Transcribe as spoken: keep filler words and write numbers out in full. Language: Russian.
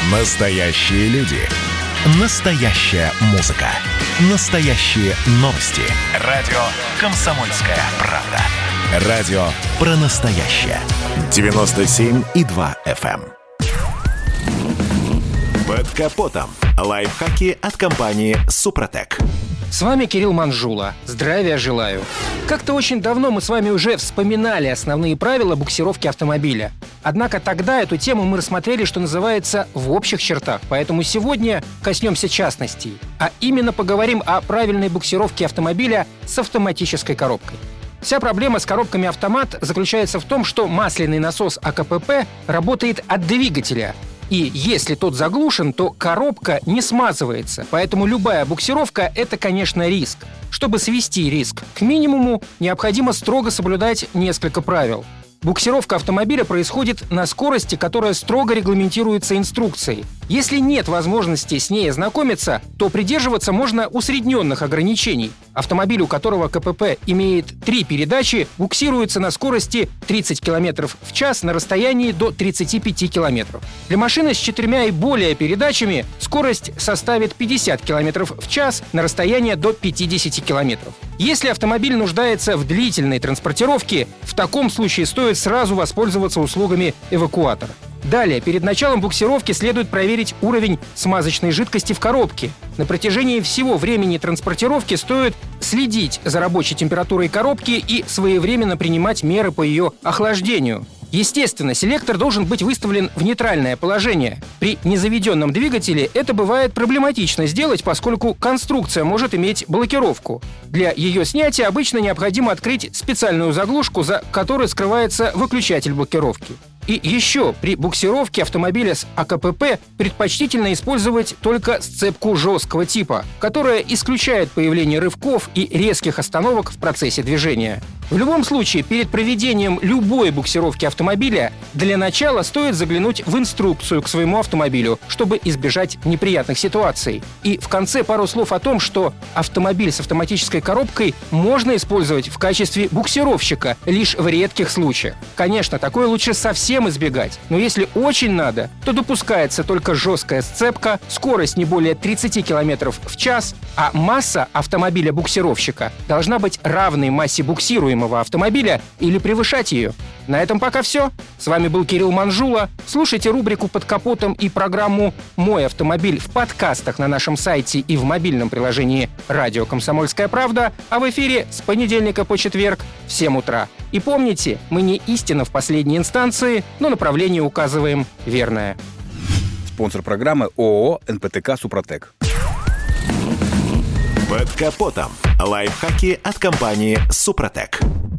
Настоящие люди. Настоящая музыка. Настоящие новости. Радио «Комсомольская правда». Радио про настоящее. девяносто семь и два эф эм. Под капотом. Лайфхаки от компании «Супротек». С вами Кирилл Манжула. Здравия желаю. Как-то очень давно мы с вами уже вспоминали основные правила буксировки автомобиля. Однако тогда эту тему мы рассмотрели, что называется, в общих чертах. Поэтому сегодня коснемся частностей. А именно поговорим о правильной буксировке автомобиля с автоматической коробкой. Вся проблема с коробками автомат заключается в том, что масляный насос а ка пэ пэ работает от двигателя. И если тот заглушен, то коробка не смазывается. Поэтому любая буксировка – это, конечно, риск. Чтобы свести риск к минимуму, необходимо строго соблюдать несколько правил. Буксировка автомобиля происходит на скорости, которая строго регламентируется инструкцией. Если нет возможности с ней ознакомиться, то придерживаться можно усредненных ограничений. Автомобиль, у которого ка пэ пэ имеет три передачи, буксируется на скорости тридцать километров в час на расстоянии до тридцати пяти километров. Для машины с четырьмя и более передачами скорость составит пятьдесят километров в час на расстояние до пятидесяти километров. Если автомобиль нуждается в длительной транспортировке, в таком случае стоит сразу воспользоваться услугами эвакуатора. Далее, перед началом буксировки следует проверить уровень смазочной жидкости в коробке. На протяжении всего времени транспортировки стоит следить за рабочей температурой коробки и своевременно принимать меры по ее охлаждению. Естественно, селектор должен быть выставлен в нейтральное положение. При незаведенном двигателе это бывает проблематично сделать, поскольку конструкция может иметь блокировку. Для ее снятия обычно необходимо открыть специальную заглушку, за которой скрывается выключатель блокировки. И еще, при буксировке автомобиля с а ка пэ пэ предпочтительно использовать только сцепку жесткого типа, которая исключает появление рывков и резких остановок в процессе движения. В любом случае, перед проведением любой буксировки автомобиля для начала стоит заглянуть в инструкцию к своему автомобилю, чтобы избежать неприятных ситуаций. И в конце пару слов о том, что автомобиль с автоматической коробкой можно использовать в качестве буксировщика лишь в редких случаях. Конечно, такое лучше совсем избегать, но если очень надо, то допускается только жесткая сцепка, скорость не более тридцати километров в час, а масса автомобиля-буксировщика должна быть равной массе буксируемого автомобиля или превышать ее. На этом пока все. С вами был Кирилл Манжула. Слушайте рубрику «Под капотом» и программу «Мой автомобиль» в подкастах на нашем сайте и в мобильном приложении «Радио Комсомольская правда», а в эфире с понедельника по четверг в семь утра. И помните, мы не истина в последней инстанции, но направление указываем верное. Спонсор программы ООО эн пэ тэ ка «Супротек». Под капотом. Лайфхаки от компании «Супротек».